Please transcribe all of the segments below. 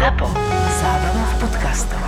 ZAPO. Zábrná v podcastov.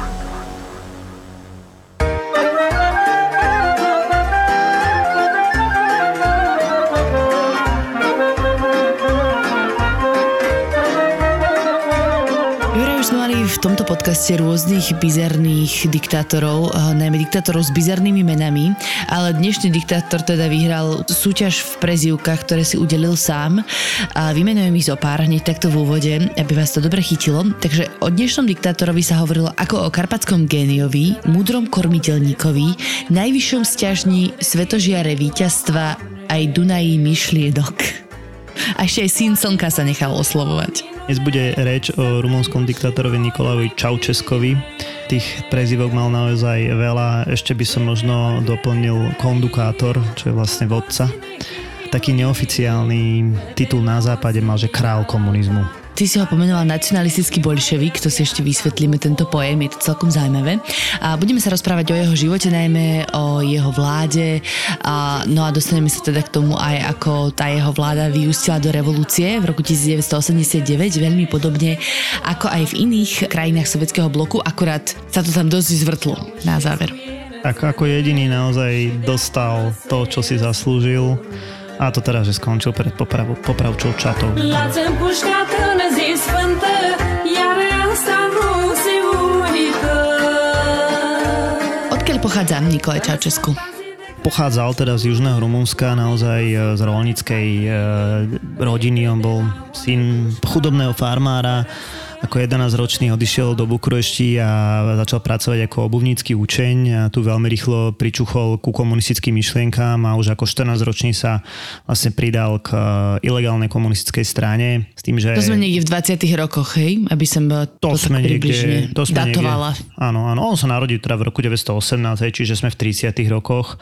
V tomto podcaste rôznych bizarných diktátorov, najmä diktátorov s bizarnými menami, ale dnešný diktátor teda vyhral súťaž v prezývkach, ktoré si udelil sám a vymenujem ich zo pár hneď takto v úvode, aby vás to dobre chytilo. Takže o dnešnom diktátorovi sa hovorilo ako o karpatskom géniovi, múdrom kormiteľníkovi, najvyššom sťažni svetožiare víťazstva aj Dunají myšlienok. A ešte aj syn slnka sa nechal oslovovať. Dnes bude reč o rumunskom diktátorovi Nicolaovi Ceausescovi. Tých prezývok mal naozaj veľa. Ešte by som možno doplnil kondukátor, čo je vlastne vodca. Taký neoficiálny titul na západe mal, že král komunizmu. Ty si ho pomenoval nacionalistický bolševik, to si ešte vysvetlíme tento pojem, je to celkom zaujímavé. A budeme sa rozprávať o jeho živote, najmä o jeho vláde. No a dostaneme sa teda k tomu aj, ako tá jeho vláda vyústila do revolúcie v roku 1989, veľmi podobne ako aj v iných krajinách sovietskeho bloku, akurát sa to tam dosť zvrtlo na záver. Ako jediný naozaj dostal to, čo si zaslúžil. A to teda, že skončil pred popravčou čatou. Odkiaľ pochádza Nicolae Ceausescu? Pochádzal teda z južného Rumunska, naozaj z roľníckej rodiny. On bol syn chudobného farmára. Ako 11-ročný odišiel do Bukurešti a začal pracovať ako obuvnícky učeň a tu veľmi rýchlo pričuchol ku komunistickým myšlienkám a už ako 14-ročný sa vlastne pridal k ilegálnej komunistickej strane. S tým, že... To sme niekde v 20. rokoch, hej? Aby som to tak približne datovala. Áno. On sa narodil teda v roku 1918, čiže sme v 30. rokoch.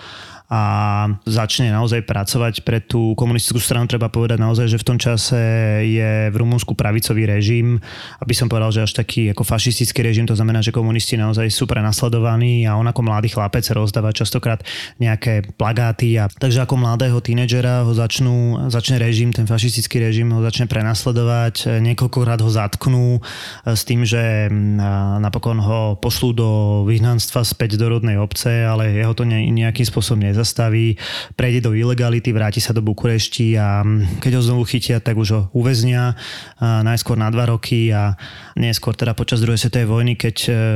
A začne naozaj pracovať pre tú komunistickú stranu. Treba povedať naozaj, že v tom čase je v Rumunsku pravicový režim, aby som povedal, že až taký ako fašistický režim, to znamená, že komunisti naozaj sú prenasledovaní a on ako mladý chlapec rozdáva častokrát nejaké plagáty a takže ako mladého tínedžera ho začne režim, ten fašistický režim ho začne prenasledovať, niekoľkokrát ho zatknú s tým, že napokon ho pošlú do vyhnanstva späť do rodnej obce, ale jeho to nejakým spôsobom zastaví, prejde do ilegality, vráti sa do Bukurešti a keď ho znovu chytia, tak už ho uväznia najskôr na 2 roky a neskôr teda počas druhej svetovej vojny, keď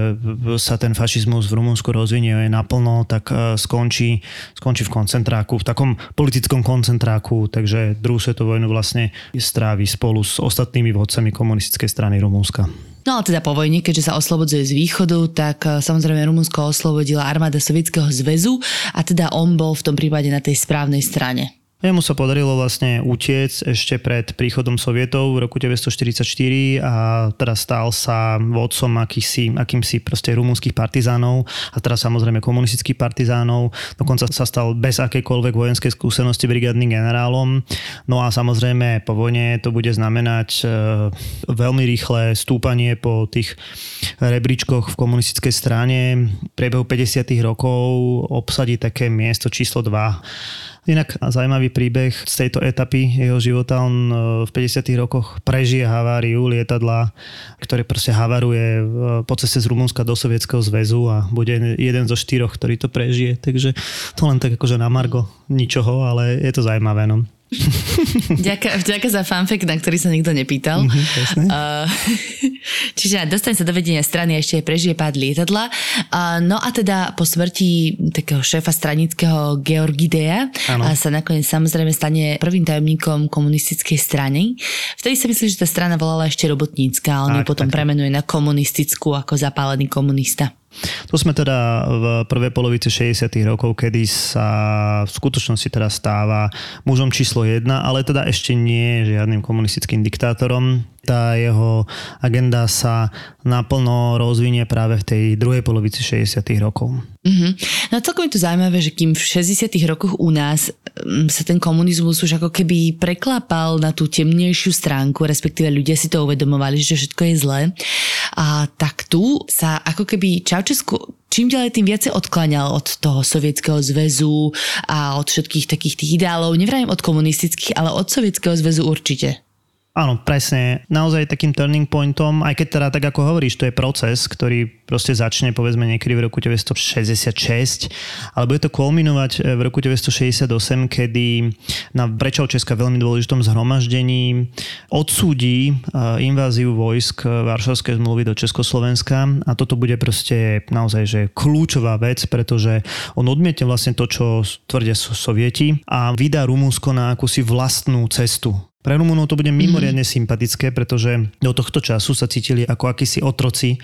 sa ten fašizmus v Rumunsku rozvinie naplno, tak skončí v koncentráku, v takom politickom koncentráku, takže druhú svetovú vojnu vlastne strávi spolu s ostatnými vodcami komunistickej strany Rumunska. No ale teda po vojne, keďže sa oslobodzuje z východu, tak samozrejme Rumunsko oslobodila armáda Sovietskeho zväzu a teda on bol v tom prípade na tej správnej strane. Jemu sa podarilo vlastne utiecť ešte pred príchodom Sovietov v roku 1944 a teda stal sa vodcom akýmsi proste rumunských partizánov a teraz samozrejme komunistických partizánov. Dokonca sa stal bez akejkoľvek vojenskej skúsenosti brigádnym generálom. No a samozrejme po vojne to bude znamenať veľmi rýchle stúpanie po tých rebríčkoch v komunistickej strane. V priebehu 50. rokov obsadí také miesto číslo 2. Inak zaujímavý príbeh z tejto etapy jeho života. On v 50. rokoch prežije haváriu lietadla, ktoré proste havaruje po ceste z Rumunska do Sovietskeho zväzu a bude jeden zo 4, ktorý to prežije. Takže to len tak akože na margo ničoho, ale je to zaujímavé. No. Ďakujem za fanfact, na ktorý sa nikto nepýtal. Čiže dostane sa do vedenia strany a ešte aj prežije pád lietadla. No a teda po smrti takého šéfa stranického Georgidea sa nakoniec samozrejme stane prvým tajomníkom komunistickej strany. Vtedy sa myslí, že tá strana volala ešte robotnícka a on ju potom premenuje na komunistickú ako zapálený komunista. To sme teda v prvej polovici 60. rokov, kedy sa v skutočnosti teda stáva mužom číslo 1, ale teda ešte nie žiadnym komunistickým diktátorom. Tá jeho agenda sa naplno rozvinie práve v tej druhej polovici 60. rokov. No celkom je to zaujímavé, že kým v 60. rokoch u nás sa ten komunizmus už ako keby preklápal na tú temnejšiu stránku, respektíve ľudia si to uvedomovali, že všetko je zlé. A tak tu sa ako keby Ceausescu čím ďalej tým viacej odkláňal od toho Sovietskeho zväzu a od všetkých takých tých ideálov. Nevrajím od komunistických, ale od Sovietskeho zväzu určite. Áno, presne. Naozaj takým turning pointom, aj keď teda tak ako hovoríš, to je proces, ktorý proste začne povedzme niekedy v roku 1966, ale bude to kulminovať v roku 1968, kedy na Brečovčeska veľmi dôležitom zhromaždení odsúdi inváziu vojsk Varšavskej zmluvy do Československa a toto bude proste naozaj že kľúčová vec, pretože on odmietne vlastne to, čo tvrdia Sovieti a vydá Rumunsko na akúsi vlastnú cestu. Pre Rumunov to bude mimoriadne sympatické, pretože do tohto času sa cítili ako akísi otroci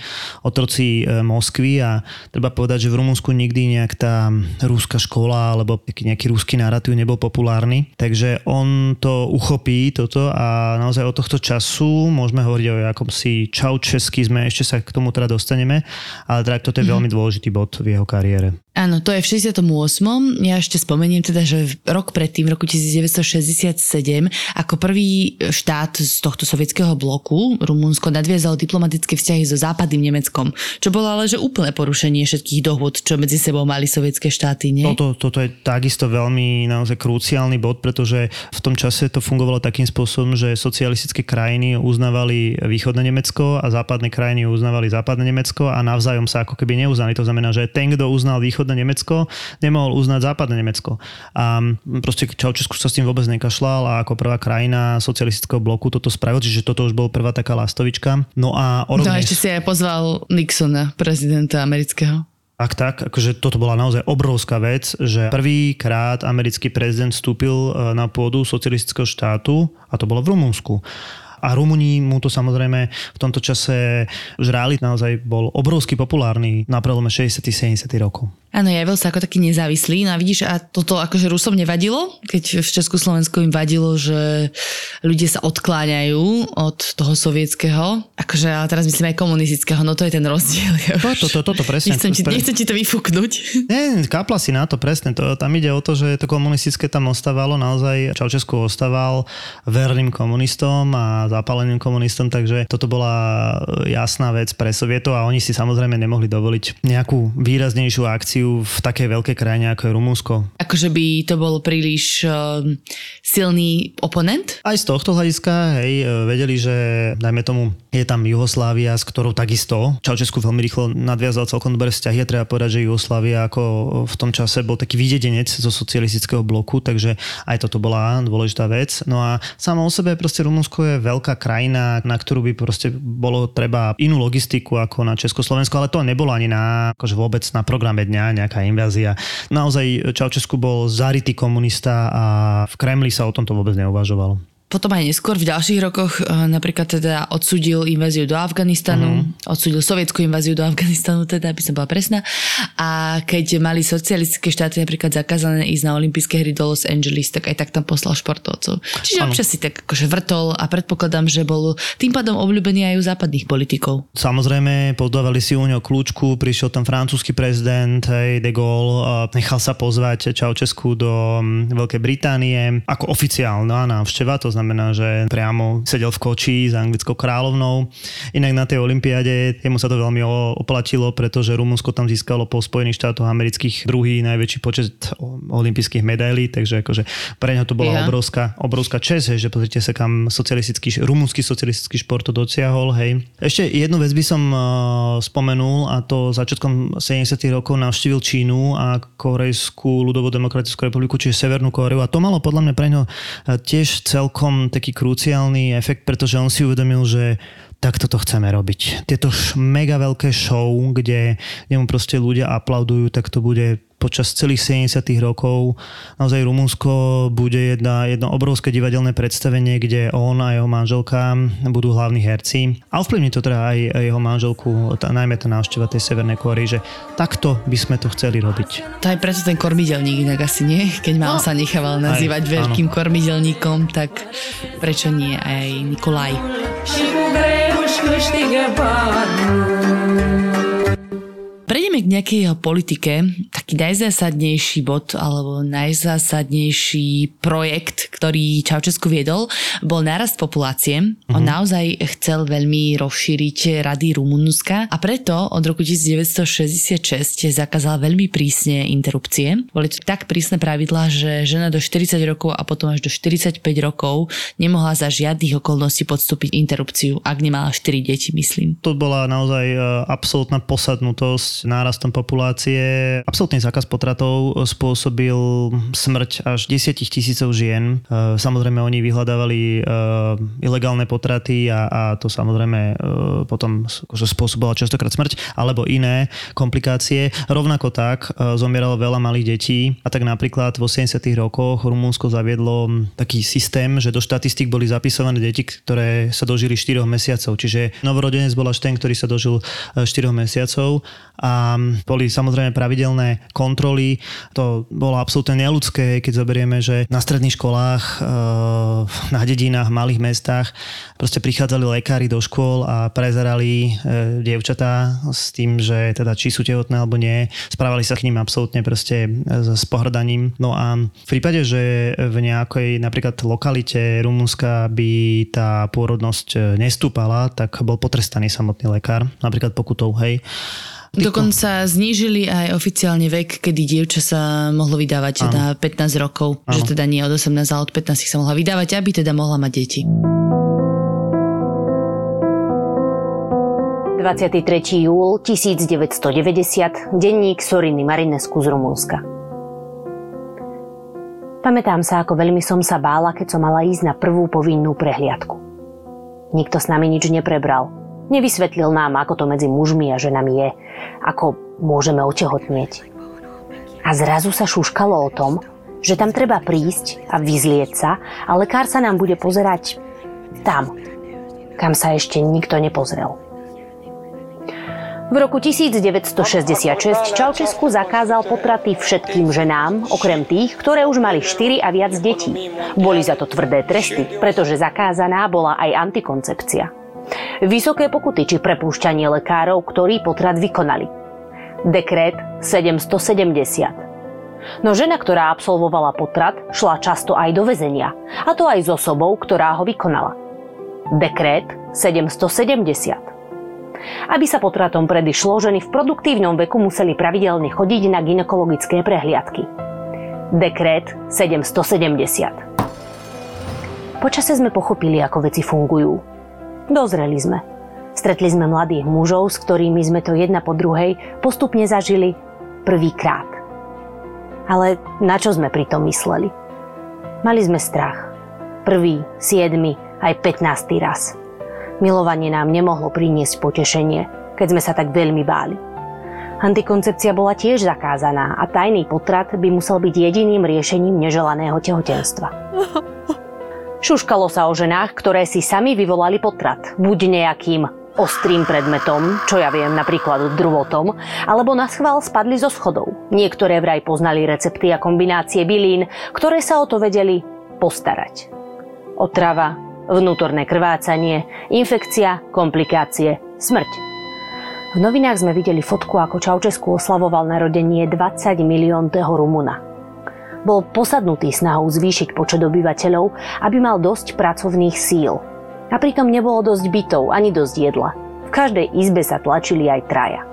Moskvy a treba povedať, že v Rumunsku nikdy nejak tá rúska škola alebo nejaký rúsky narratív nebol populárny. Takže on to uchopí toto a naozaj od tohto času môžeme hovoriť o akomsi Čaučeskizme, ešte sa k tomu teda dostaneme, ale teda toto je veľmi dôležitý bod v jeho kariére. Áno, to je v 68. Ja ešte spomeniem teda, že rok predtým, v roku 1967, ako prvý štát z tohto sovietskeho bloku, Rumunsko nadviazalo diplomatické vzťahy so západným Nemeckom, čo bolo ale že úplné porušenie všetkých dohôd, čo medzi sebou mali sovietské štáty, nie? Toto je takisto veľmi naozaj kruciálny bod, pretože v tom čase to fungovalo takým spôsobom, že socialistické krajiny uznávali východné Nemecko a západné krajiny uznávali západné Nemecko a navzájom sa ako keby neuznali. To znamená, že ten, kto uznal východné Nemecko, nemohol uznať západné Nemecko. A proste Čaučesku sa s tým vôbec nekašľal a ako prvá krajina socialistického bloku toto spravil, čiže toto už bol prvá taká lastovička. No a ešte si aj pozval Nixona, prezidenta amerického. Tak, akože toto bola naozaj obrovská vec, že prvýkrát americký prezident vstúpil na pôdu socialistického štátu a to bolo v Rumunsku. A Rumúni mu to samozrejme v tomto čase žrali, naozaj bol obrovsky populárny na prelome 60-70 rokov. Áno, javil sa ako taký nezávislý. No a vidíš, a toto akože Rusom nevadilo, keď v Československu im vadilo, že ľudia sa odkláňajú od toho sovietskeho. Akože, ale teraz myslím aj komunistického, no to je ten rozdiel. Toto presne. Nechcem ti to vyfúknuť. Nie, kápla si na to presne. Tam ide o to, že to komunistické tam ostávalo, naozaj Čaučesku ostával verným komunistom a zapáleným komunistom, takže toto bola jasná vec pre Sovietov a oni si samozrejme nemohli dovoliť nejakú výraznejšiu akciu v takej veľkej krajine, ako je Rumunsko. Akože by to bol príliš silný oponent? Aj z tohto hľadiska, vedeli, že dajme tomu, je tam Juhoslávia, s ktorou takisto Čaučesku veľmi rýchlo nadviazal celkom dobré vzťahy a treba povedať, že Juhoslávia ako v tom čase bol taký výdedenec zo socialistického bloku, takže aj toto bola dôležitá vec. No a samo o sebe proste Rumunsko je veľká krajina, na ktorú by proste bolo treba inú logistiku ako na Československo, ale to nebolo ani akože vôbec na programe dňa nejaká invázia. Naozaj Čaučesku bol zarytý komunista a v Kremli sa o tomto vôbec neuvažovalo. Potom aj neskôr v ďalších rokoch napríklad teda odsúdil inváziu do Afganistanu, odsúdil sovietskú inváziu do Afganistanu, teda, aby som bola presná. A keď mali socialistické štáty napríklad zakázané ísť na olympijské hry do Los Angeles, tak aj tak tam poslal športovcov. Čiže občas si tak akože vrtol a predpokladám, že bol tým pádom obľúbený aj u západných politikov. Samozrejme, podávali si u neho kľúčku, prišiel tam francúzsky prezident, de Gaulle, nechal sa pozvať Čaučesku do Veľkej Británie ako oficiálna návšteva, to znamená, že priamo sedel v koči s anglickou kráľovnou. Inak na tej olympiáde jemu sa to veľmi oplatilo, pretože Rumunsko tam získalo po Spojených štátoch amerických druhý najväčší počet olympijských medailí, takže akože pre neho to bola obrovská česť, že pozrite sa, kam rumunský socialistický šport to dosiahol. Hej. Ešte jednu vec by som spomenul, a to začiatkom 70. rokov navštívil Čínu a Korejskú ľudovo-demokratickú republiku, čiže Severnú Kóreu, a to malo podľa mňa pre ňo tiež celkom taký kruciálny efekt, pretože on si uvedomil, že takto to chceme robiť. Tieto mega veľké show, kde mu proste ľudia aplaudujú, tak to bude počas celých 70. rokov. Naozaj Rumunsko bude jedno obrovské divadelné predstavenie, kde on a jeho manželka budú hlavní herci. A ovplyvní to teda aj jeho manželku, najmä tá návšteva tej Severnej Kórey, že takto by sme to chceli robiť. To aj preto ten kormidelník inak asi nie. Keď ma sa nechával nazývať veľkým kormidelníkom, tak prečo nie aj Nikolaj? Prejdeme k nejakej politike taký najzásadnejší bod alebo najzásadnejší projekt, ktorý Ceausescu viedol, bol nárast populácie. On naozaj chcel veľmi rozšíriť rady Rumunska a preto od roku 1966 zakázal veľmi prísne interrupcie. Boli to tak prísne pravidlá, že žena do 40 rokov a potom až do 45 rokov nemohla za žiadnych okolností podstúpiť interrupciu, ak nemala 4 deti, myslím. To bola naozaj absolútna posadnutosť nárastom populácie. Absolútny zákaz potratov spôsobil smrť až 10 000 žien. Samozrejme, oni vyhľadávali ilegálne potraty a to samozrejme potom spôsobila častokrát smrť alebo iné komplikácie. Rovnako tak zomieralo veľa malých detí a tak napríklad v 80. rokoch Rumunsko zaviedlo taký systém, že do štatistík boli zapisované deti, ktoré sa dožili 4 mesiacov. Čiže novorodenec bol až ten, ktorý sa dožil 4 mesiacov a boli samozrejme pravidelné kontroly. To bolo absolútne neľudské, keď zoberieme, že na stredných školách, na dedinách, v malých mestách proste prichádzali lekári do škôl a prezerali dievčatá s tým, že teda či sú tehotné alebo nie. Správali sa k ním absolútne proste s pohrdaním. No a v prípade, že v nejakej napríklad lokalite Rumunska by tá pôrodnosť nestúpala, tak bol potrestaný samotný lekár, napríklad pokutou, hej. Dokonca znížili aj oficiálne vek, kedy dievča sa mohlo vydávať na 15 rokov. Áno. Že teda nie od 18, ale od 15 sa mohla vydávať, aby teda mohla mať deti. 23. júl 1990, denník Soriny Marinescu z Rumunska. Pamätám sa, ako veľmi som sa bála, keď som mala ísť na prvú povinnú prehliadku. Nikto s nami nič neprebral. Nevysvetlil nám, ako to medzi mužmi a ženami je, ako môžeme otehotnieť. A zrazu sa šuškalo o tom, že tam treba prísť a vyzlieť sa a lekár sa nám bude pozerať tam, kam sa ešte nikto nepozrel. V roku 1966 Ceausescu zakázal potraty všetkým ženám, okrem tých, ktoré už mali 4 a viac detí. Boli za to tvrdé tresty, pretože zakázaná bola aj antikoncepcia. Vysoké pokuty či prepúšťanie lekárov, ktorí potrat vykonali. Dekret 770. No žena, ktorá absolvovala potrat, šla často aj do väzenia, a to aj s osobou, ktorá ho vykonala. Dekret 770. Aby sa potratom predišlo, ženy v produktívnom veku museli pravidelne chodiť na gynekologické prehliadky. Dekret 770. Počase sme pochopili, ako veci fungujú. Dozreli sme. Stretli sme mladých mužov, s ktorými sme to jedna po druhej postupne zažili prvýkrát. Ale na čo sme pri tom mysleli? Mali sme strach. 1., 7., aj 15. raz. Milovanie nám nemohlo priniesť potešenie, keď sme sa tak veľmi báli. Antikoncepcia bola tiež zakázaná a tajný potrat by musel byť jediným riešením neželaného tehotenstva. Šuškalo sa o ženách, ktoré si sami vyvolali potrat, buď nejakým ostrým predmetom, čo ja viem, napríklad drôtom, alebo naschvál spadli zo schodov. Niektoré vraj poznali recepty a kombinácie bylín, ktoré sa o to vedeli postarať. Otrava, vnútorné krvácanie, infekcia, komplikácie, smrť. V novinách sme videli fotku, ako Ceausescu oslavoval narodenie 20 miliónteho Rumuna. Bol posadnutý snahou zvýšiť počet obyvateľov, aby mal dosť pracovných síl. A pritom nebolo dosť bytov ani dosť jedla. V každej izbe sa tlačili aj traja.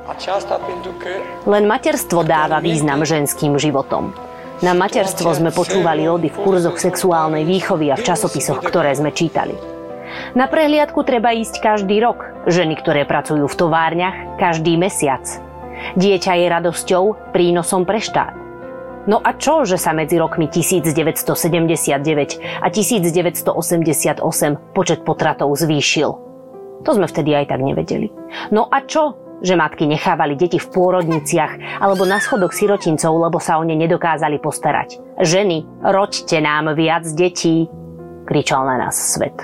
Len materstvo dáva význam ženským životom. Na materstvo sme počúvali ody v kurzoch sexuálnej výchovy a v časopisoch, ktoré sme čítali. Na prehliadku treba ísť každý rok. Ženy, ktoré pracujú v továrniach, každý mesiac. Dieťa je radosťou, prínosom pre štát. No a čo, že sa medzi rokmi 1979 a 1988 počet potratov zvýšil? To sme vtedy aj tak nevedeli. No a čo, že matky nechávali deti v pôrodniciach alebo na schodoch sirotincov, lebo sa o ne nedokázali postarať? Ženy, roďte nám viac detí, kričal na nás svet.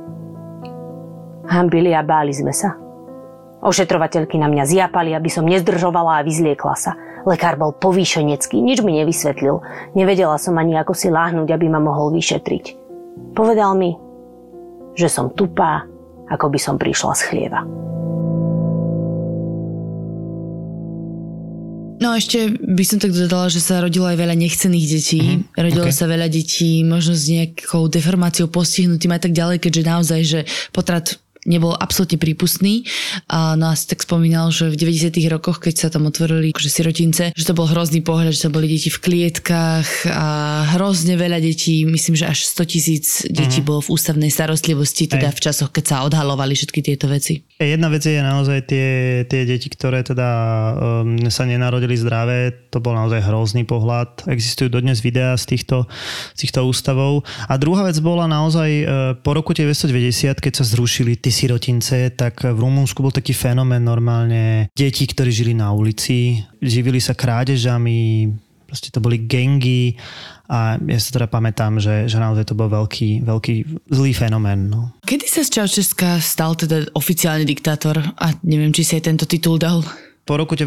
Hanbili a báli sme sa. Ošetrovateľky na mňa zjapali, aby som nezdržovala a vyzliekla sa. Lekár bol povýšenecký, nič mi nevysvetlil. Nevedela som ani, ako si láhnuť, aby ma mohol vyšetriť. Povedal mi, že som tupá, ako by som prišla z chlieva. No a ešte by som tak dodala, že sa rodilo aj veľa nechcených detí. Rodilo sa veľa detí možno s nejakou deformáciou, postihnutým a tak ďalej, keďže naozaj, že potrat nebol absolútne prípustný. No a si tak spomínal, že v 90. rokoch, keď sa tam otvorili sirotince, že to bol hrozný pohľad, že to boli deti v klietkách a hrozne veľa detí, myslím, že až 100,000 detí bolo v ústavnej starostlivosti, teda v časoch, keď sa odhalovali všetky tieto veci. Jedna vec je naozaj tie deti, ktoré teda sa nenarodili zdravé, to bol naozaj hrozný pohľad. Existujú dodnes videá z týchto ústavov. A druhá vec bola naozaj po roku 1990, keď sa zrušili sirotince, tak v Rumunsku bol taký fenomén normálne detí, ktorí žili na ulici, živili sa krádežami, proste to boli gangy a ja sa teda pamätám, že naozaj to bol veľký zlý fenomén. No. Kedy sa z Ceaușescu stal teda oficiálne diktátor a neviem, či si aj tento titul dal? Po roku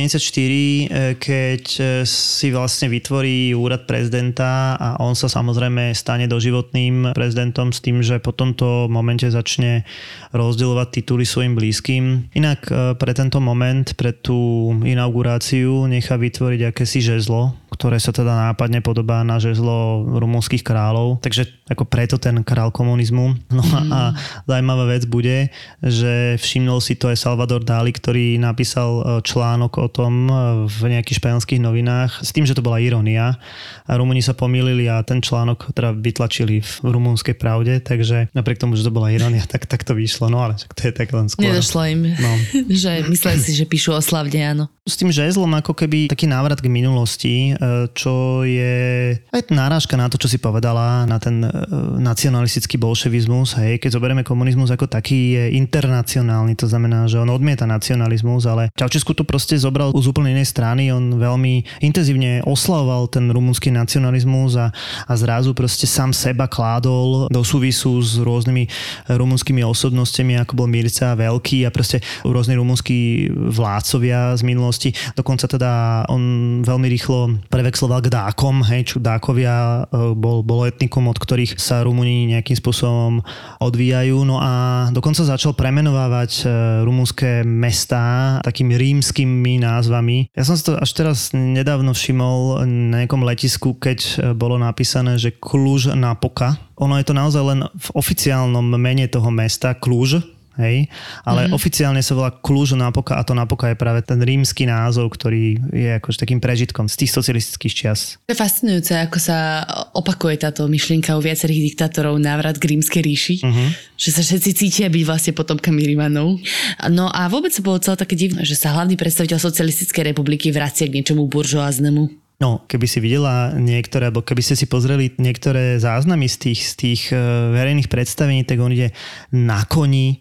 1974, keď si vlastne vytvorí úrad prezidenta a on sa samozrejme stane doživotným prezidentom s tým, že po tomto momente začne rozdeľovať tituly svojim blízkym. Inak pre tento moment, pre tú inauguráciu nechá vytvoriť akési žezlo, ktoré sa teda nápadne podobá na žezlo rumunských kráľov. Takže ako preto ten král komunizmu. No a zaujímavá vec bude, že všimnul si to aj Salvador Dali, ktorý napísal článok o tom v nejakých španielských novinách s tým, že to bola irónia. A Rumúni sa pomýlili a ten článok teda vytlačili v Rumunskej pravde, takže napriek tomu, že to bola irónia, tak to vyšlo. No ale to je tak len skôr. Nedošlo im. No. Že mysleli si, že píšu o slavne, áno. S tým žezlom ako keby taký návrat k minulosti, čo je aj náražka na to, čo si povedala, na ten nacionalistický bolševizmus. Hej, keď zoberieme komunizmus ako taký, je internacionálny, to znamená, že on odmieta nacionalizmus, ale Ceaușescu to proste zobral z úplne inej strany, on veľmi intenzívne oslavoval ten rumunský nacionalizmus a zrazu proste sám seba kládol do súvisu s rôznymi rumunskými osobnostiami, ako bol Mircea Veľký a proste rôzni rumunskí vládcovia z minulosti. Dokonca teda on veľmi rýchlo prevexloval k Dákom, hej, čo Dákovia bolo etnikum, od ktorých sa Rumúni nejakým spôsobom odvíjajú. No a dokonca začal premenovávať rumunské mestá takými rímskymi názvami. Ja som si to až teraz nedávno všimol na nejakom letisku, keď bolo napísané, že Cluj Napoca. Ono je to naozaj len v oficiálnom mene toho mesta Cluj, hej, ale oficiálne sa volá Cluj Napoca a to Napoca je práve ten rímsky názov, ktorý je akože takým prežitkom z tých socialistických čias. To je fascinujúce, ako sa opakuje táto myšlienka u viacerých diktátorov návrat k rímskej ríši, že sa všetci cítia byť vlastne potomkami Rímanov. No a vôbec bolo celé také divné, že sa hlavný predstaviteľ Socialistickej republiky vracia k niečomu buržoáznému. No, keby si videla niektoré, alebo keby ste si pozreli niektoré záznamy z tých verejných predstavení, tak on ide na koni,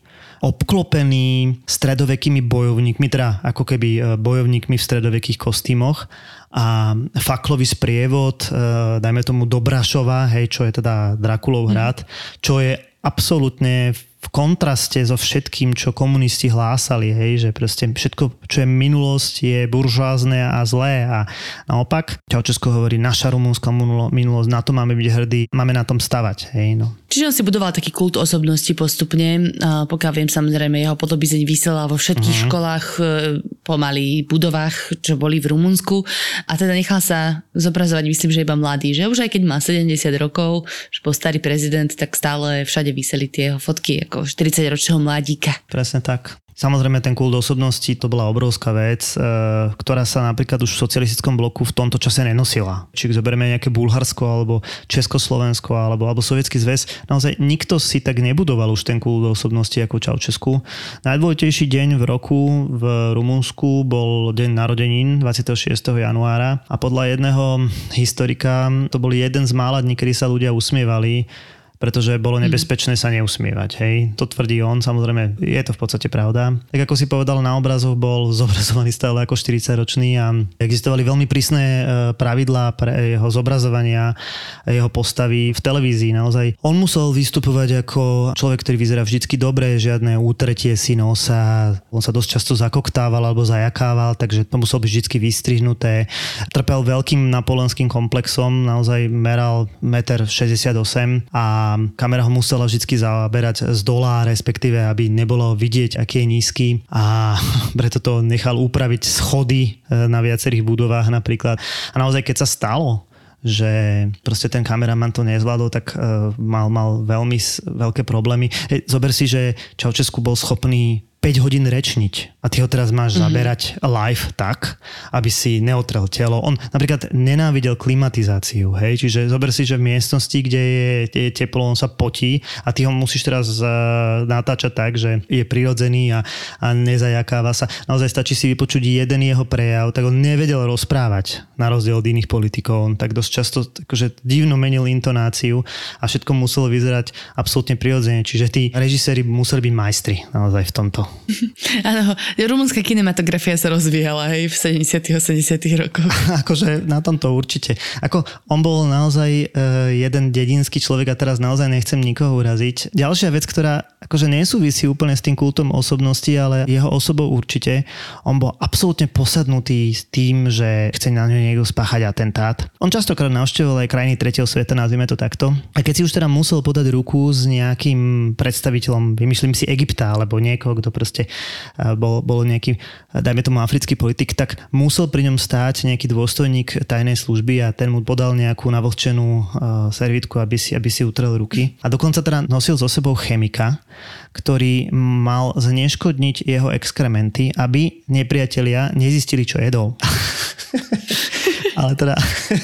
obklopený stredovekými bojovníkmi, teda ako keby bojovníkmi v stredovekých kostýmoch a faklový sprievod, dajme tomu do Brašova, hej, čo je teda Drakulov hrad, čo je absolútne v kontraste so všetkým, čo komunisti hlásali, hej, že proste všetko, čo je minulosť, je buržoázne a zlé a naopak Ceaușescu hovorí, naša rumúnska minulosť, na to máme byť hrdí, máme na tom stavať, hej, no. Čiže on si budoval taký kult osobnosti postupne, pokiaľ viem, samozrejme, jeho podobizeň vysielal vo všetkých školách, pomaly budovách, čo boli v Rumunsku a teda nechal sa zobrazovať, myslím, že iba mladý, že už aj keď má 70 rokov, že bol starý prezident, tak stále všade vyseli tie jeho fotky ako 40-ročného mladíka. Presne tak. Samozrejme, ten kult osobnosti, to bola obrovská vec, ktorá sa napríklad už v socialistickom bloku v tomto čase nenosila. Či zoberieme nejaké Bulharsko, alebo Československo, alebo Sovietsky zväz, naozaj nikto si tak nebudoval už ten kult osobnosti ako Ceaușescu. Najdôležitejší deň v roku v Rumunsku bol deň narodenín 26. januára a podľa jedného historika to bol jeden z mála dní, kedy sa ľudia usmievali, pretože bolo nebezpečné sa neusmievať. Hej. To tvrdí on, samozrejme je to v podstate pravda. Tak ako si povedal, na obrazoch bol zobrazovaný stále ako 40-ročný a existovali veľmi prísne pravidlá pre jeho zobrazovania, jeho postavy v televízii. Naozaj on musel vystupovať ako človek, ktorý vyzerá vždycky dobre, žiadne útretie si nosa, on sa dosť často zakoktával alebo zajakával, takže to muselo byť vždycky vystrihnuté. Trpel veľkým napoleonským komplexom, naozaj meral 1,68 m a kamera ho musela vždy zaberať z dola, respektíve aby nebolo vidieť, aký je nízky a preto to nechal upraviť schody na viacerých budovách napríklad. A naozaj, keď sa stalo, že proste ten kameraman to nezvládol, tak mal veľmi veľké problémy. Zober si, že Ceausescu bol schopný 5 hodín rečniť a ty ho teraz máš zaberať live tak, aby si neotrel telo. On napríklad nenávidel klimatizáciu, hej, čiže zober si, že v miestnosti, kde je teplo, on sa potí a ty ho musíš teraz natáčať tak, že je prirodzený a nezajakáva sa. Naozaj stačí si vypočuť jeden jeho prejav, tak on nevedel rozprávať na rozdiel od iných politikov. On tak dosť často akože divno menil intonáciu a všetko muselo vyzerať absolútne prirodzene. Čiže tí režiséri museli byť majstri naozaj v tomto. Áno, rumunská kinematografia sa rozvíjala aj v 70. a 80. rokoch. Akože na tomto určite. Ako on bol naozaj jeden dedinský človek a teraz naozaj nechcem nikoho uraziť. Ďalšia vec, ktorá akože nesúvisí úplne s tým kultom osobnosti, ale jeho osobou určite. On bol absolútne posadnutý s tým, že chce na ňu niekto spáchať atentát. On častokrát navštevoval aj krajiny tretieho sveta, nazvime to takto. A keď si už teda musel podať ruku s nejakým predstaviteľom, vymyslím si Egypta alebo niekoho, kto proste bol nejaký, dajme tomu africký politik, tak musel pri ňom stáť nejaký dôstojník tajnej služby a ten mu podal nejakú navlhčenú servítku, aby si utrel ruky. A dokonca teda nosil so sebou chemika, ktorý mal zneškodniť jeho exkrementy, aby nepriatelia nezistili, čo jedol. Ale teda...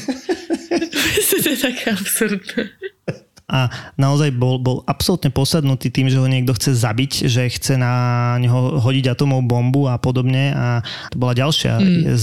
To je také absurdné. A naozaj bol absolútne posadnutý tým, že ho niekto chce zabiť, že chce na neho hodiť atomovú bombu a podobne. A to bola ďalšia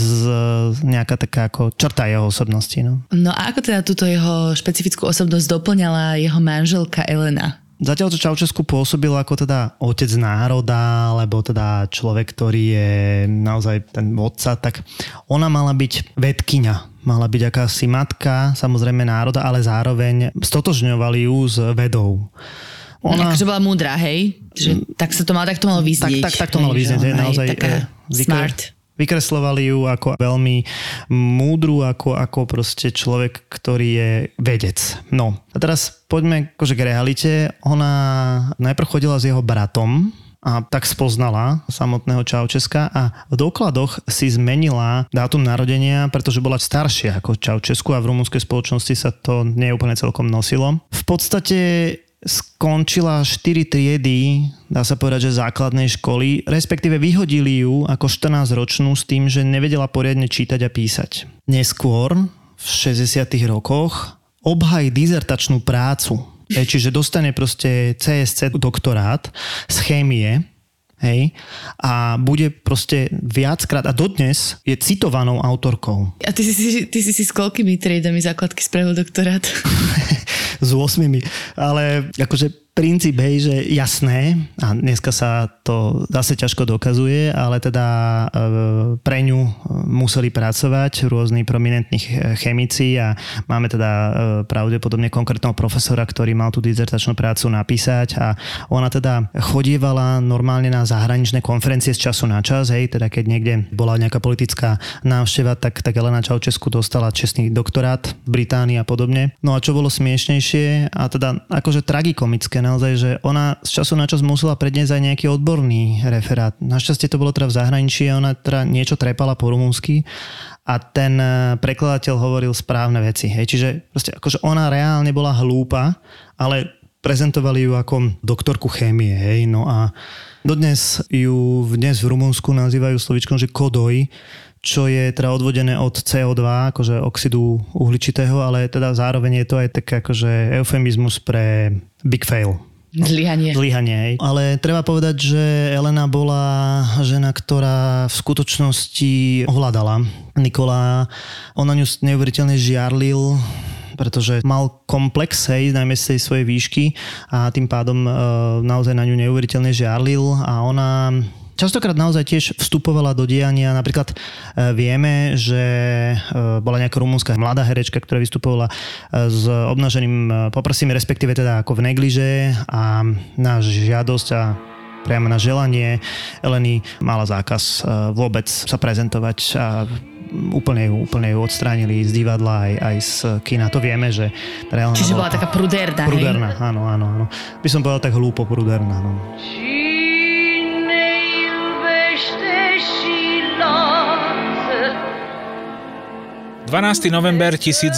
nejaká taká ako črta jeho osobnosti. No a ako teda túto jeho špecifickú osobnosť doplňala jeho manželka Elena? Zatiaľ, čo Ceausescu pôsobil ako teda otec národa, alebo teda človek, ktorý je naozaj ten vodca, tak ona mala byť vedkyňa. Mala byť akási matka, samozrejme národa, ale zároveň stotožňovali ju s vedou. Ona... Akože bola múdra, hej? Že tak to malo vyznieť. Tak to malo vyznieť, naozaj taká smart. Vykreslovali ju ako veľmi múdru, ako proste človek, ktorý je vedec. No a teraz poďme akože k realite. Ona najprv chodila s jeho bratom, a tak spoznala samotného Ceausesca a v dokladoch si zmenila dátum narodenia, pretože bola staršia ako Ceausescu a v rumunskej spoločnosti sa to neúplne celkom nosilo. V podstate skončila 4 triedy, dá sa povedať, že základnej školy, respektíve vyhodili ju ako 14-ročnú s tým, že nevedela poriadne čítať a písať. Neskôr, v 60. rokoch, obhájí dizertačnú prácu. Čiže dostane proste CSC doktorát z chémie, hej, a bude proste viackrát a dodnes je citovanou autorkou. A ty si s koľkými triedami základky spravil doktorát? S 8. Ale akože princíp, hej, že jasné, a dneska sa to zase ťažko dokazuje, ale teda pre ňu museli pracovať rôzni prominentní chemici a máme teda pravdepodobne konkrétneho profesora, ktorý mal tú dizertačnú prácu napísať a ona teda chodievala normálne na zahraničné konferencie z času na čas, hej, teda keď niekde bola nejaká politická návšteva, tak Elena Ceausescu dostala čestný doktorát v Británii a podobne. No a čo bolo smiešnejšie a teda akože tragikomické naozaj, že ona z času na čas musela predniesť aj nejaký odborný referát. Našťastie to bolo teda v zahraničí a ona teda niečo trepala po rumunsky a ten prekladateľ hovoril správne veci. Hej. Čiže proste akože ona reálne bola hlúpa, ale prezentovali ju ako doktorku chémie. Hej. No a dodnes ju dnes v Rumunsku nazývajú slovíčkom, že kodoj, čo je teda odvodené od CO2, akože oxidu uhličitého, ale teda zároveň je to aj tak akože eufemizmus pre big fail. Zlyhanie, hej. Ale treba povedať, že Elena bola žena, ktorá v skutočnosti ovládala Nikola. On na ňu neuveriteľne žiarlil, pretože mal komplex, hej, najmä z tej svojej výšky a tým pádom naozaj na ňu neuveriteľne žiarlil a ona častokrát naozaj tiež vstupovala do diania. Napríklad vieme, že bola nejaká rumúnska mladá herečka, ktorá vystupovala s obnaženým poprsím, respektíve teda ako v negliže a na žiadosť a priamo na želanie Eleny mala zákaz vôbec sa prezentovať a úplne ju odstránili z divadla aj z kina. To vieme, že Elena Čiže bola taká pruderná, Pruderná, áno. By som povedal tak hlúpo pruderná, no. 12. november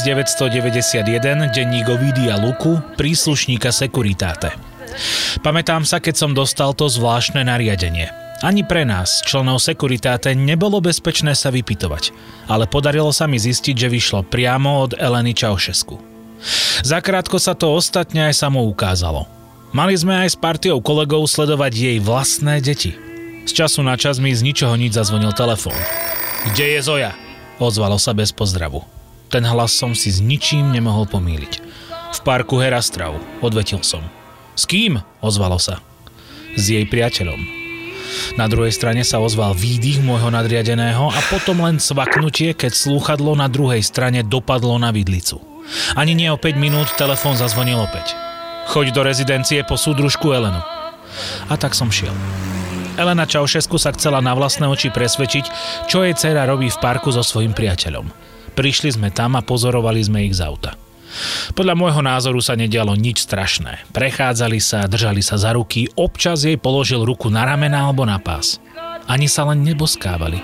1991, denník Ovidia Luku, príslušníka Securitate. Pamätám sa, keď som dostal to zvláštne nariadenie. Ani pre nás, členov Securitate, nebolo bezpečné sa vypytovať, ale podarilo sa mi zistiť, že vyšlo priamo od Eleny Ceaușescu. Zakrátko sa to ostatne aj samo ukázalo. Mali sme aj s partiou kolegov sledovať jej vlastné deti. Z času na čas mi z ničoho nič zazvonil telefón. Kde je Zoja? Ozvalo sa bez pozdravu. Ten hlas som si s ničím nemohol pomýliť. V parku Herastrau, odvetil som. S kým? Ozvalo sa. S jej priateľom. Na druhej strane sa ozval výdych môjho nadriadeného a potom len cvaknutie, keď slúchadlo na druhej strane dopadlo na vidlicu. Ani nie o 5 minút telefón zazvonil opäť. Choď do rezidencie po súdružku Elenu. A tak som šiel. Elena Ceaușescu sa chcela na vlastné oči presvedčiť, čo jej dcéra robí v parku so svojím priateľom. Prišli sme tam a pozorovali sme ich z auta. Podľa môjho názoru sa nedialo nič strašné. Prechádzali sa, držali sa za ruky, občas jej položil ruku na ramena alebo na pás. Ani sa len neboskávali.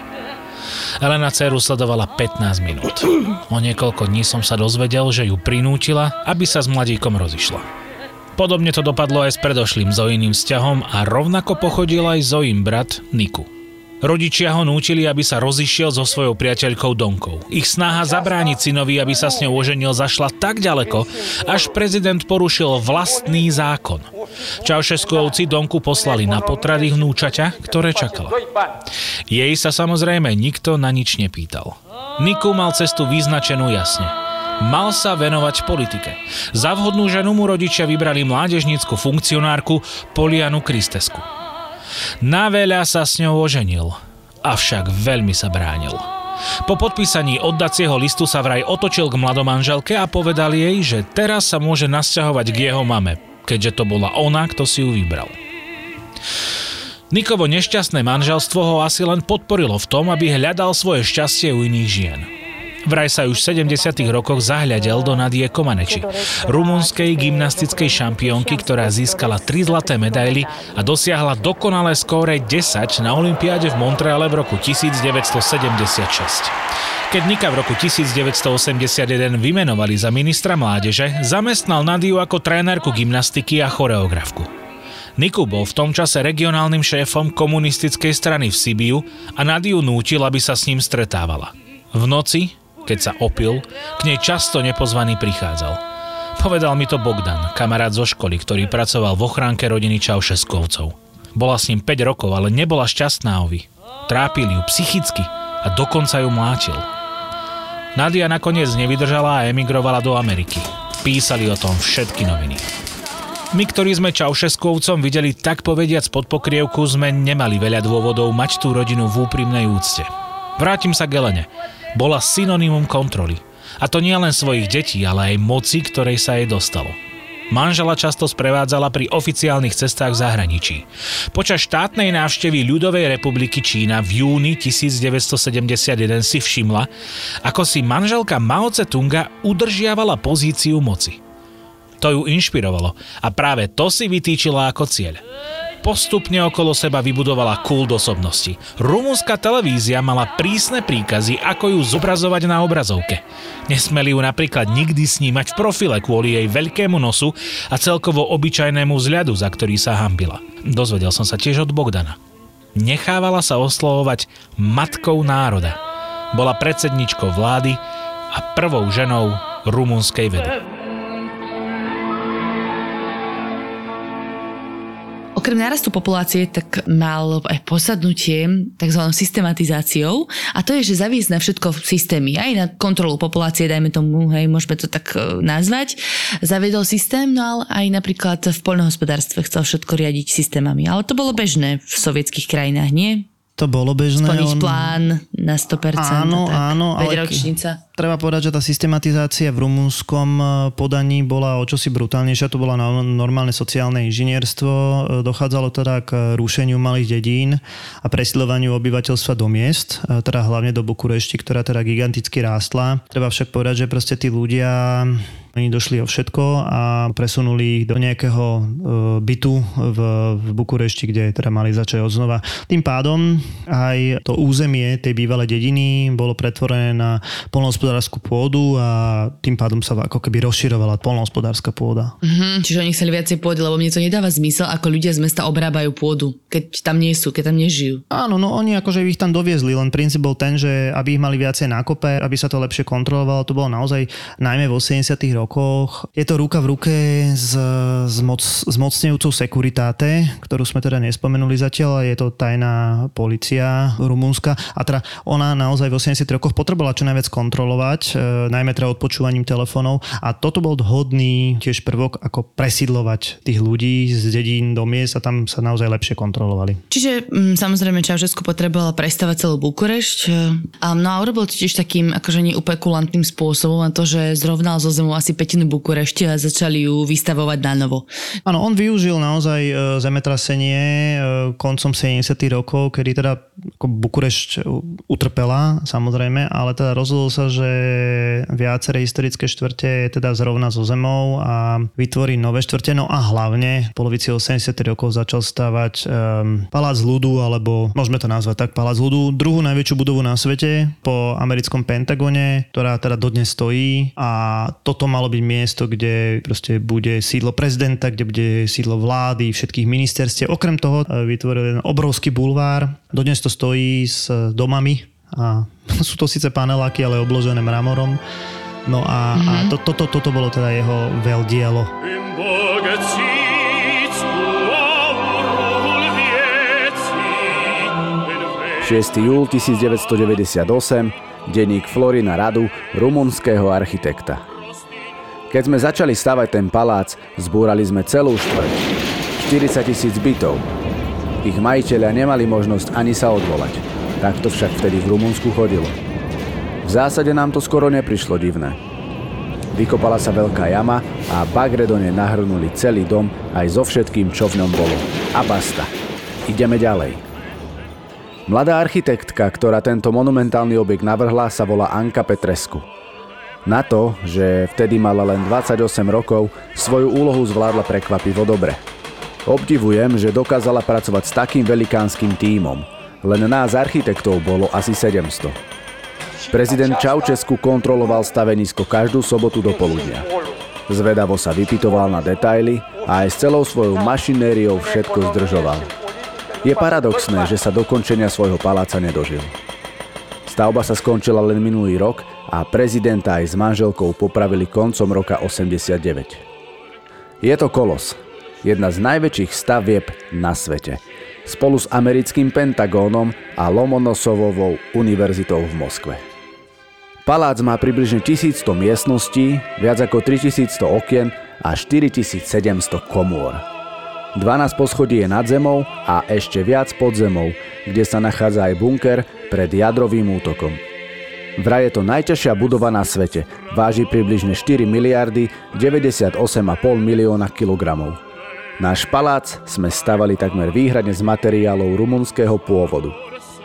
Elena dcéru sledovala 15 minút. O niekoľko dní som sa dozvedel, že ju prinútila, aby sa s mladíkom rozišla. Podobne to dopadlo aj s predošlým Zojiným vzťahom a rovnako pochodil aj Zojin brat Niku. Rodičia ho nútili, aby sa rozišiel so svojou priateľkou Donkou. Ich snaha zabrániť synovi, aby sa s ňou oženil, zašla tak ďaleko, až prezident porušil vlastný zákon. Ceaușescuovci Donku poslali na potrat ich vnúčaťa, ktoré čakala. Jej sa samozrejme nikto na nič nepýtal. Niku mal cestu vyznačenú jasne. Mal sa venovať politike. Za vhodnú ženu mu rodičia vybrali mládežnícku funkcionárku Polianu Kristesku. Na veľa sa s ňou oženil, avšak veľmi sa bránil. Po podpísaní oddacieho listu sa vraj otočil k mladomanželke a povedal jej, že teraz sa môže nasťahovať k jeho mame, keďže to bola ona, kto si ju vybral. Nikovo nešťastné manželstvo ho asi len podporilo v tom, aby hľadal svoje šťastie u iných žien. Vraj sa už v 70. rokoch zahľadel do Nadie Comaneci, rumunskej gymnastickej šampiónky, ktorá získala 3 zlaté medaily a dosiahla dokonalé skóre 10 na olympiáde v Montreale v roku 1976. Keď Nika v roku 1981 vymenovali za ministra mládeže, zamestnal Nadiu ako trénerku gymnastiky a choreografku. Niku bol v tom čase regionálnym šéfom komunistickej strany v Sibiu a Nadiu nútil, aby sa s ním stretávala. V noci, keď sa opil, k nej často nepozvaný prichádzal. Povedal mi to Bogdan, kamarát zo školy, ktorý pracoval v ochránke rodiny Ceaușescuovcov. Bola s ním 5 rokov, ale nebola šťastná ovi. Trápil ju psychicky a dokonca ju mlátil. Nadia nakoniec nevydržala a emigrovala do Ameriky. Písali o tom všetky noviny. My, ktorí sme Ceaușescuovcom videli tak povediac pod pokrievku, sme nemali veľa dôvodov mať tú rodinu v úprimnej úcte. Vrátim sa k Elene. Bola synonymum kontroly. A to nie len svojich detí, ale aj moci, ktorej sa jej dostalo. Manžela často sprevádzala pri oficiálnych cestách v zahraničí. Počas štátnej návštevy Ľudovej republiky Čína v júni 1971 si všimla, ako si manželka Mao Tse-tunga udržiavala pozíciu moci. To ju inšpirovalo a práve to si vytýčila ako cieľ. Postupne okolo seba vybudovala kult osobnosti. Rumunská televízia mala prísne príkazy, ako ju zobrazovať na obrazovke. Nesmeli ju napríklad nikdy snímať v profile kvôli jej veľkému nosu a celkovo obyčajnému vzhľadu, za ktorý sa hanbila. Dozvedel som sa tiež od Bogdana. Nechávala sa oslovovať matkou národa. Bola predsedničkou vlády a prvou ženou rumunskej vedy. Okrem nárastu populácie tak mal aj posadnutie tzv. Systematizáciou a to je, že zaviesť na všetko systémy, aj na kontrolu populácie, dajme tomu, hej, môžeme to tak nazvať. Zaviedol systém, no ale aj napríklad v poľnohospodárstve chcel všetko riadiť systémami, ale to bolo bežné v sovietských krajinách, nie? to bolo bežné. Splniť plán na 100%. Áno, áno. 5-ročnica. Treba povedať, že tá systematizácia v rumúnskom podaní bola o čosi brutálnejšia. To bola normálne sociálne inžinierstvo. Dochádzalo teda k rušeniu malých dedín a presídľovaniu obyvateľstva do miest, teda hlavne do Bukurešti, ktorá teda giganticky rástla. Treba však povedať, že proste tí ľudia oni došli o všetko a presunuli ich do nejakého bytu v Bukurešti, kde teda mali začať odznova. Tým pádom aj to územie tej bývalej dediny bolo pretvorené na poľnohospodárskú pôdu a tým pádom sa ako keby rozširovala poľnohospodárska pôda. Čiže oni chceli viacej pôdy, lebo mne to nedáva zmysel, ako ľudia z mesta obrábajú pôdu, keď tam nie sú, keď tam nežijú. Áno, no oni akože ich tam doviezli, len princíp bol ten, že aby ich mali viacej na kope, aby sa to lepšie kontrolovalo, to bolo naozaj najmä v 80. rokoch. Je to ruka v ruke s mocnejúcou Securitate, ktorú sme teda nespomenuli zatiaľ, je to tajná polícia rumúnska a teda ona naozaj v 80. rokoch potrebovala čo najviac kontrolovať, najmä teda odpočúvaním telefónov a toto bol hodný tiež prvok, ako presídlovať tých ľudí z dedín do miest a tam sa naozaj lepšie kontrolovali. Čiže samozrejme Čaušesku potrebovala prestavať celú Bukurešť a urobil to tiež takým akože neupekulantným spôsobom a to, že zrovnal zo zemu asi pätinu Bukurešti a začali ju vystavovať na novo. Áno, on využil naozaj zemetrasenie koncom 70. rokov, kedy teda Bukurešť utrpela, samozrejme, ale teda rozhodol sa, že viaceré historické štvrte je teda zrovna zo zemou a vytvorí nové štvrte, no a hlavne v polovici 80. rokov začal stavať Palác ľudu, alebo môžeme to nazvať tak, Palác ľudu, druhú najväčšiu budovu na svete po americkom Pentagone, ktorá teda dodnes stojí a toto malo byť miesto, kde proste bude sídlo prezidenta, kde bude sídlo vlády, všetkých ministerstiev. Okrem toho vytvoril jeden obrovský bulvár. Dodnes to stojí s domami a sú to síce paneláky, ale obložené mramorom. No a toto bolo teda jeho veľdielo. 6. júl 1998, denník Florina Radu, rumunského architekta. Keď sme začali stavať ten palác, zbúrali sme celú štvrť. 40 000 bytov. Ich majiteľia nemali možnosť ani sa odvolať. Tak to však vtedy v Rumunsku chodilo. V zásade nám to skoro neprišlo divné. Vykopala sa veľká jama a bagre do nej nahrnuli celý dom aj so všetkým, čo v ňom bolo. A basta. Ideme ďalej. Mladá architektka, ktorá tento monumentálny objekt navrhla, sa volá Anka Petrescu. Na to, že vtedy mala len 28 rokov, svoju úlohu zvládla prekvapivo dobre. Obdivujem, že dokázala pracovať s takým velikánskym tímom. Len nás architektov bolo asi 700. Prezident Čaušesku kontroloval stavenisko každú sobotu do poludnia. Zvedavo sa vypytoval na detaily a aj s celou svojou mašinériou všetko zdržoval. Je paradoxné, že sa dokončenia svojho paláca nedožil. Stavba sa skončila len minulý rok a prezidenta aj s manželkou popravili koncom roka 89. Je to kolos, jedna z najväčších stavieb na svete, spolu s americkým Pentagónom a Lomonosovovou univerzitou v Moskve. Palác má približne 1100 miestností, viac ako 3100 okien a 4700 komôr. 12 poschodí je nad zemou a ešte viac pod zemou, kde sa nachádza aj bunker pred jadrovým útokom. Vraj je to najťažšia budova na svete, váži približne 4 miliardy 98,5 milióna kilogramov. Náš palác sme stavali takmer výhradne z materiálov rumunského pôvodu.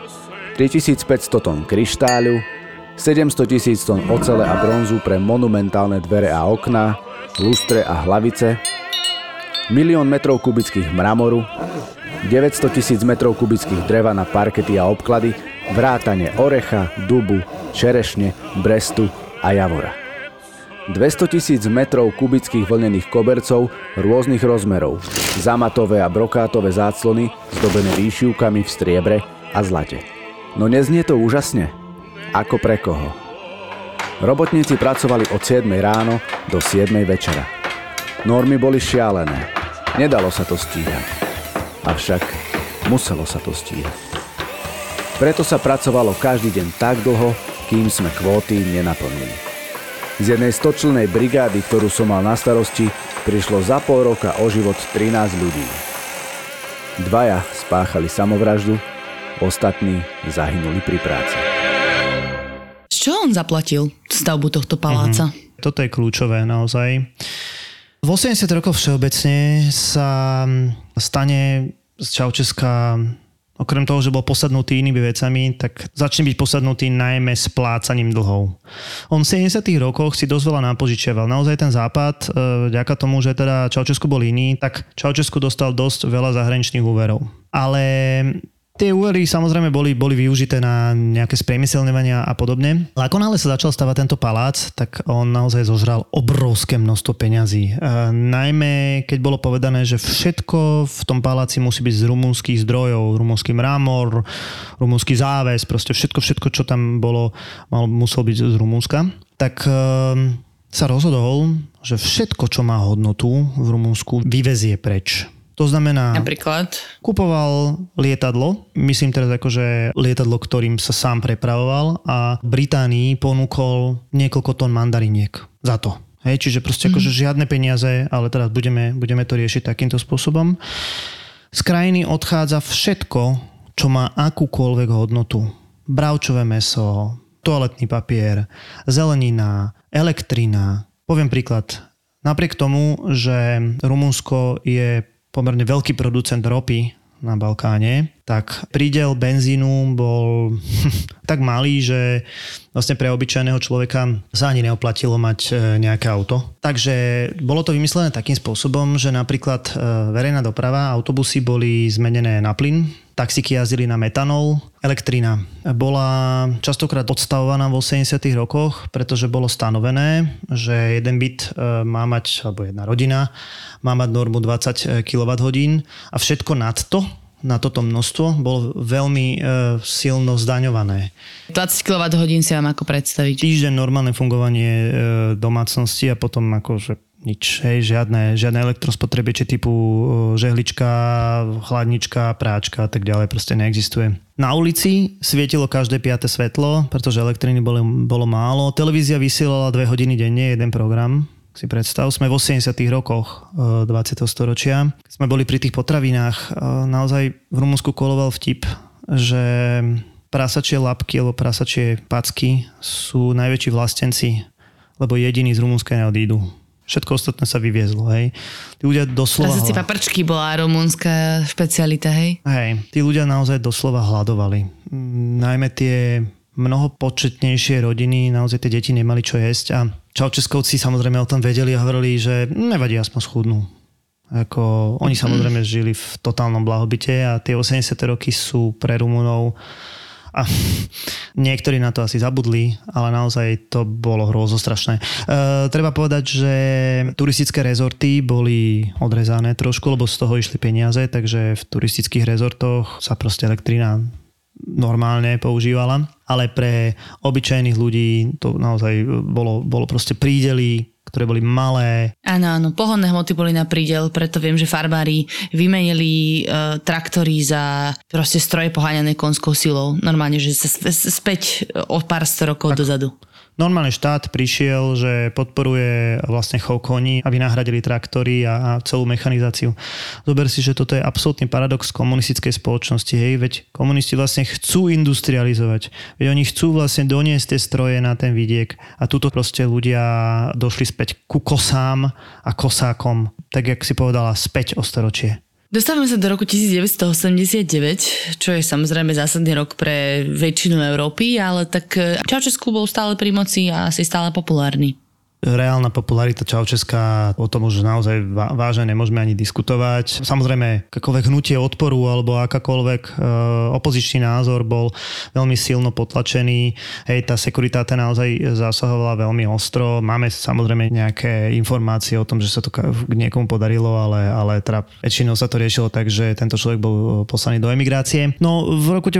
3500 tón kryštáľu, 700 000 tón ocele a bronzu pre monumentálne dvere a okná, lustre a hlavice, 1 000 000 metrov kubických mramoru, 900 000 metrov kubických dreva na parkety a obklady, vrátane orecha, dubu, čerešne, brestu a javora. 200 000 metrov kubických vlnených kobercov rôznych rozmerov, zamatové a brokátové záclony zdobené výšivkami v striebre a zlate. No neznie to úžasne? Ako pre koho? Robotníci pracovali od 7 ráno do 7 večera. Normy boli šialené. Nedalo sa to stíhať. Avšak muselo sa to stíhať. Preto sa pracovalo každý deň tak dlho, kým sme kvóty nenaplnili. Z jednej 100-člennej brigády, ktorú som mal na starosti, prišlo za pol roka o život 13 ľudí. 2 spáchali samovraždu, Ostatní zahynuli pri práci. Z čoho on zaplatil stavbu tohto paláca? Toto je kľúčové naozaj. V 80 rokoch všeobecne sa stane z Čaučeska, okrem toho, že bol posadnutý inými vecami, tak začne byť posadnutý najmä splácaním dlhov. On v 70 rokoch si dosť veľa napožičiaval. Naozaj ten západ, vďaka tomu, že teda Čaučesku bol iný, tak Čaučesku dostal dosť veľa zahraničných úverov. Ale tie úvery samozrejme boli využité na nejaké spriemyselňovania a podobne. Ale ako náhle sa začal stavať tento palác, tak on naozaj zožral obrovské množstvo peňazí. Najmä keď bolo povedané, že všetko v tom paláci musí byť z rumunských zdrojov, rumunský mramor, rumunský záves, proste všetko, čo tam bolo, muselo byť z Rumunska. Tak sa rozhodol, že všetko, čo má hodnotu v Rumunsku, vyvezie preč. To znamená, Napríklad? kupoval lietadlo, myslím teraz akože lietadlo, ktorým sa sám prepravoval a Británii ponúkol niekoľko tón mandariniek za to. Hej, čiže proste akože žiadne peniaze, ale teraz budeme to riešiť takýmto spôsobom. Z krajiny odchádza všetko, čo má akúkoľvek hodnotu. Bravčové mäso, toaletný papier, zelenina, elektrina. Poviem príklad. Napriek tomu, že Rumunsko je pomerne veľký producent ropy na Balkáne, tak prídel benzínu bol tak malý, že vlastne pre obyčajného človeka sa ani neoplatilo mať nejaké auto. Takže bolo to vymyslené takým spôsobom, že napríklad verejná doprava, autobusy boli zmenené na plyn, taxíky jazdili na metanol, elektrina bola častokrát odstavovaná v 80. rokoch, pretože bolo stanovené, že jeden byt má mať, alebo jedna rodina má mať normu 20 kWh a všetko nadto, na toto množstvo, bolo veľmi silno zdaňované. 20 kWh si vám ako predstaviť? Týždeň normálne fungovanie domácnosti a potom akože nič, žiadne elektrospotreby, či typu žehlička, chladnička, práčka a tak ďalej proste neexistuje. Na ulici svietilo každé 5. svetlo, pretože elektriny bolo málo. Televízia vysielala 2 hodiny denne, jeden program. Si predstav, sme v 80. rokoch 20. storočia. Keď sme boli pri tých potravinách, naozaj v Rumunsku koloval vtip, že prasačie labky alebo prasačie packy sú najväčší vlastenci, lebo jediní z Rumunska neodídu. Všetko ostatné sa vyviezlo, hej. Tí ľudia doslova... Prasacie paprčky bola rumúnska špecialita, hej? Hej, tí ľudia naozaj doslova hladovali. Najmä tie mnohopočetnejšie rodiny, naozaj tie deti nemali čo jesť a Čaučeskovci samozrejme o tom vedeli a hovorili, že nevadí, aspoň schudnú. Ako, oni samozrejme žili v totálnom blahobite a tie 80. roky sú pre Rumunov a niektorí na to asi zabudli, ale naozaj to bolo hrozostrašné. Treba povedať, že turistické rezorty boli odrezané trošku, lebo z toho išli peniaze, takže v turistických rezortoch sa proste elektrina normálne používala, ale pre obyčajných ľudí to naozaj bolo proste prídely, ktoré boli malé. Áno, pohonné hmoty boli na prídel, preto viem, že farbári vymenili traktory za proste stroje poháňané konskou silou. Normálne, že sa späť o pár 100 rokov dozadu. Normálne štát prišiel, že podporuje vlastne chov koní, aby nahradili traktory a celú mechanizáciu. Zober si, že toto je absolútny paradox komunistickej spoločnosti. Hej? Veď komunisti vlastne chcú industrializovať. Veď oni chcú vlastne doniesť tie stroje na ten vidiek a tuto proste ľudia došli späť ku kosám a kosákom. Tak, jak si povedala, späť o storočie. Dostávame sa do roku 1989, čo je samozrejme zásadný rok pre väčšinu Európy, ale tak Čaučesku bol stále pri moci a asi stále populárny. Reálna popularita Čaučeska, o tom už naozaj vážne nemôžeme ani diskutovať. Samozrejme, akékoľvek hnutie odporu alebo akákoľvek opozičný názor bol veľmi silno potlačený. Hej, tá Securitate naozaj zasahovala veľmi ostro. Máme samozrejme nejaké informácie o tom, že sa to k niekomu podarilo, ale teda väčšinou sa to riešilo tak, že tento človek bol poslaný do emigrácie. No v roku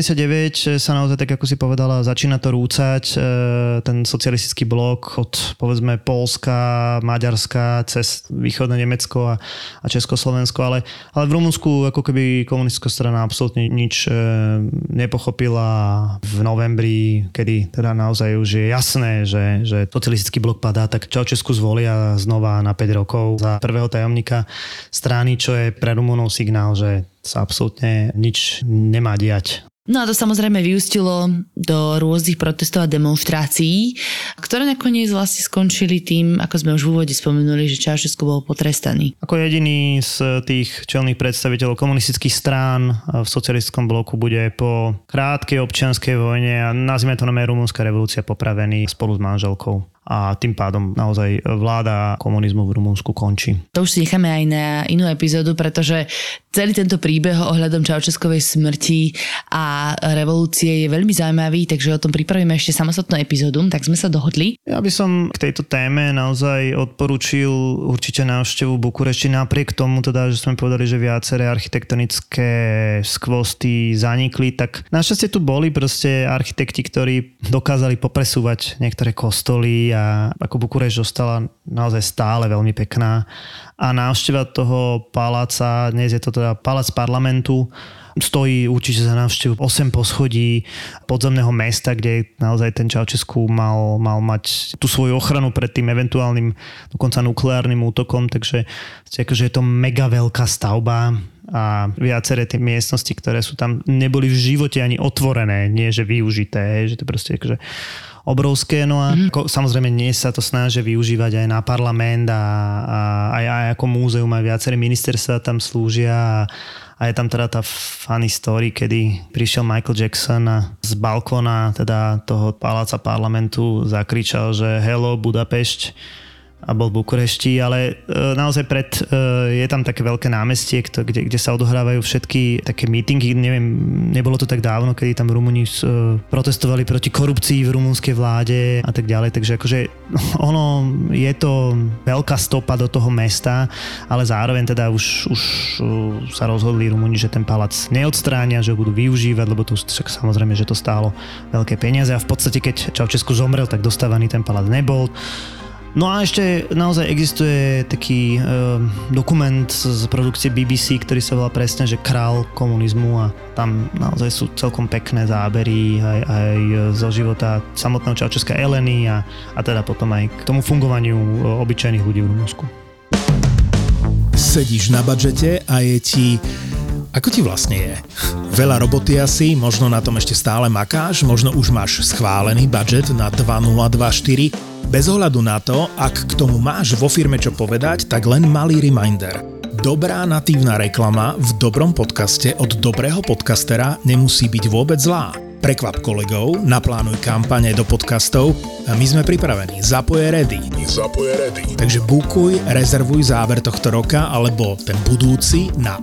1989 sa naozaj, tak ako si povedala, začína to rúcať ten socialistický blok od povedzme Poľska, Maďarska, cez východné Nemecko a Československo, ale v Rumunsku ako keby komunistická strana absolútne nič nepochopila v novembri, kedy teda naozaj už je jasné, že socialistický blok padá, tak Ceausescu zvolia znova na 5 rokov za prvého tajomníka strany, čo je pre Rumunov signál, že sa absolútne nič nemá diať. No a to samozrejme vyústilo do rôznych protestov a demonštrácií, ktoré nakoniec vlastne skončili tým, ako sme už v úvode spomenuli, že Ceausescu bol potrestaný. Ako jediný z tých čelných predstaviteľov komunistických strán v socialistickom bloku bude po krátkej občianskej vojne a nazvime to nové Rumunská revolúcia popravený spolu s manželkou. A tým pádom naozaj vláda komunizmu v Rumunsku končí. To už si necháme aj na inú epizódu, pretože celý tento príbeh ohľadom Ceausescovej smrti a revolúcie je veľmi zaujímavý, takže o tom pripravíme ešte samostatnú epizódu, tak sme sa dohodli. Ja by som k tejto téme naozaj odporučil určite návštevu Bukurešti, napriek tomu teda, že sme povedali, že viaceré architektonické skvosty zanikli, tak našťastie tu boli proste architekti, ktorí dokázali popresúvať niektoré kostoly a ako Bukurešť zostala naozaj stále veľmi pekná. A návšteva toho paláca, dnes je to teda palác parlamentu, stojí určite za návštevu 8 poschodí podzemného mesta, kde naozaj ten Ceausescu mal mať tú svoju ochranu pred tým eventuálnym dokonca nukleárnym útokom, takže akože je to mega veľká stavba a viaceré tie miestnosti, ktoré sú tam, neboli v živote ani otvorené, nie že využité, že to proste akože obrovské, no a samozrejme nie sa to snažia využívať aj na parlament a aj ako múzeum, aj viaceré ministerstva tam slúžia a je tam teda tá funny story, kedy prišiel Michael Jackson a z balkóna teda toho paláca parlamentu zakričal, že hello Budapešť a bol v Bukurešti, ale naozaj je tam také veľké námestie, kde sa odohrávajú všetky také mítingy, neviem, nebolo to tak dávno, kedy tam Rumúni protestovali proti korupcii v rumunskej vláde a tak ďalej, takže akože ono je to veľká stopa do toho mesta, ale zároveň teda už sa rozhodli Rumúni, že ten palác neodstránia, že ho budú využívať, lebo to však samozrejme, že to stálo veľké peniaze a v podstate keď Ceausescu zomrel, tak dostávaný ten palác nebol. No a ešte naozaj existuje taký dokument z produkcie BBC, ktorý sa volá presne, že Král komunizmu a tam naozaj sú celkom pekné zábery aj zo života samotného Ceausesca Eleny a teda potom aj k tomu fungovaniu obyčajných ľudí v Rumunsku. Sedíš na budžete a je ti... Ako ti vlastne je? Veľa roboty asi, možno na tom ešte stále makáš, možno už máš schválený budžet na 2024. Bez ohľadu na to, ak k tomu máš vo firme čo povedať, tak len malý reminder. Dobrá natívna reklama v dobrom podcaste od dobrého podcastera nemusí byť vôbec zlá. Prekvap kolegov, naplánuj kampane do podcastov a my sme pripravení. Zapo je ready. Takže bukuj, rezervuj záver tohto roka alebo ten budúci na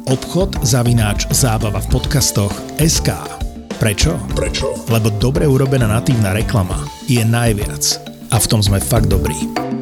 obchod@zábavavpodcastoch.sk. Prečo? Lebo dobre urobená natívna reklama je najviac. A v tom sme fakt dobrí.